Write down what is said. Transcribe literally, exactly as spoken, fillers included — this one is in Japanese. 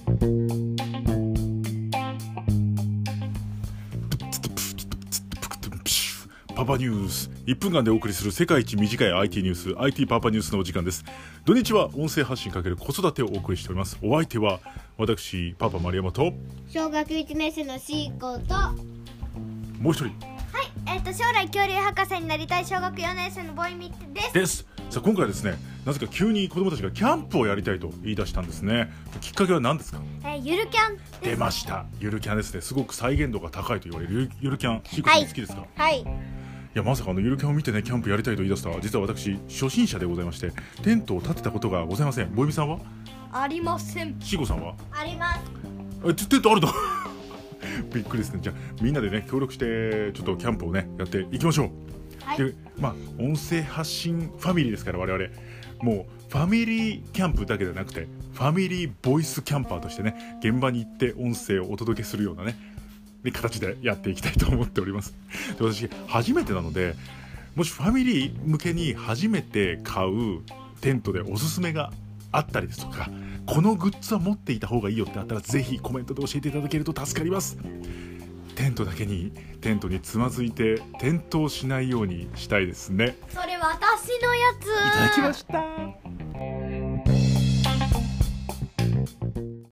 パパニュース、いっぷんかんでお送りする世界一短い アイティー ニュース アイティー パパニュースのお時間です。土日は音声発信かける子育てをお送りしております。お相手は私パパ丸山と小学いちねん生のシーコと、 もう一人、 はい、えーと将来恐竜博士になりたい小学よねん生のボイミッです。 ですさあ今回はですね、なぜか急に子供たちがキャンプをやりたいと言い出したんですね。きっかけは何ですか？ えー、ゆるキャンです。 出ました、ゆるキャンですね。すごく再現度が高いと言われるゆるゆるキャン、シーコさん好きですか？ はい、 いやまさかあのゆるキャンを見てね、キャンプやりたいと言い出した実は私初心者でございまして、テントを立てたことがございません。ボイミさんは？ ありません。 シーコさんは？ あります。 えテントあるのびっくりですね。じゃあみんなでね協力してちょっとキャンプをねやっていきましょう。 はい、 でまあ音声発信ファミリーですから、我々もうファミリーキャンプだけではなくてファミリーボイスキャンパーとしてね、現場に行って音声をお届けするようなねで形でやっていきたいと思っております。で私初めてなので、もしファミリー向けに初めて買うテントでおすすめがあったりですとか、このグッズは持っていた方がいいよってあったらぜひコメントで教えていただけると助かります。テントだけにテントにつまずいて転倒しないようにしたいですね。 それ私のやつ。 いただきました。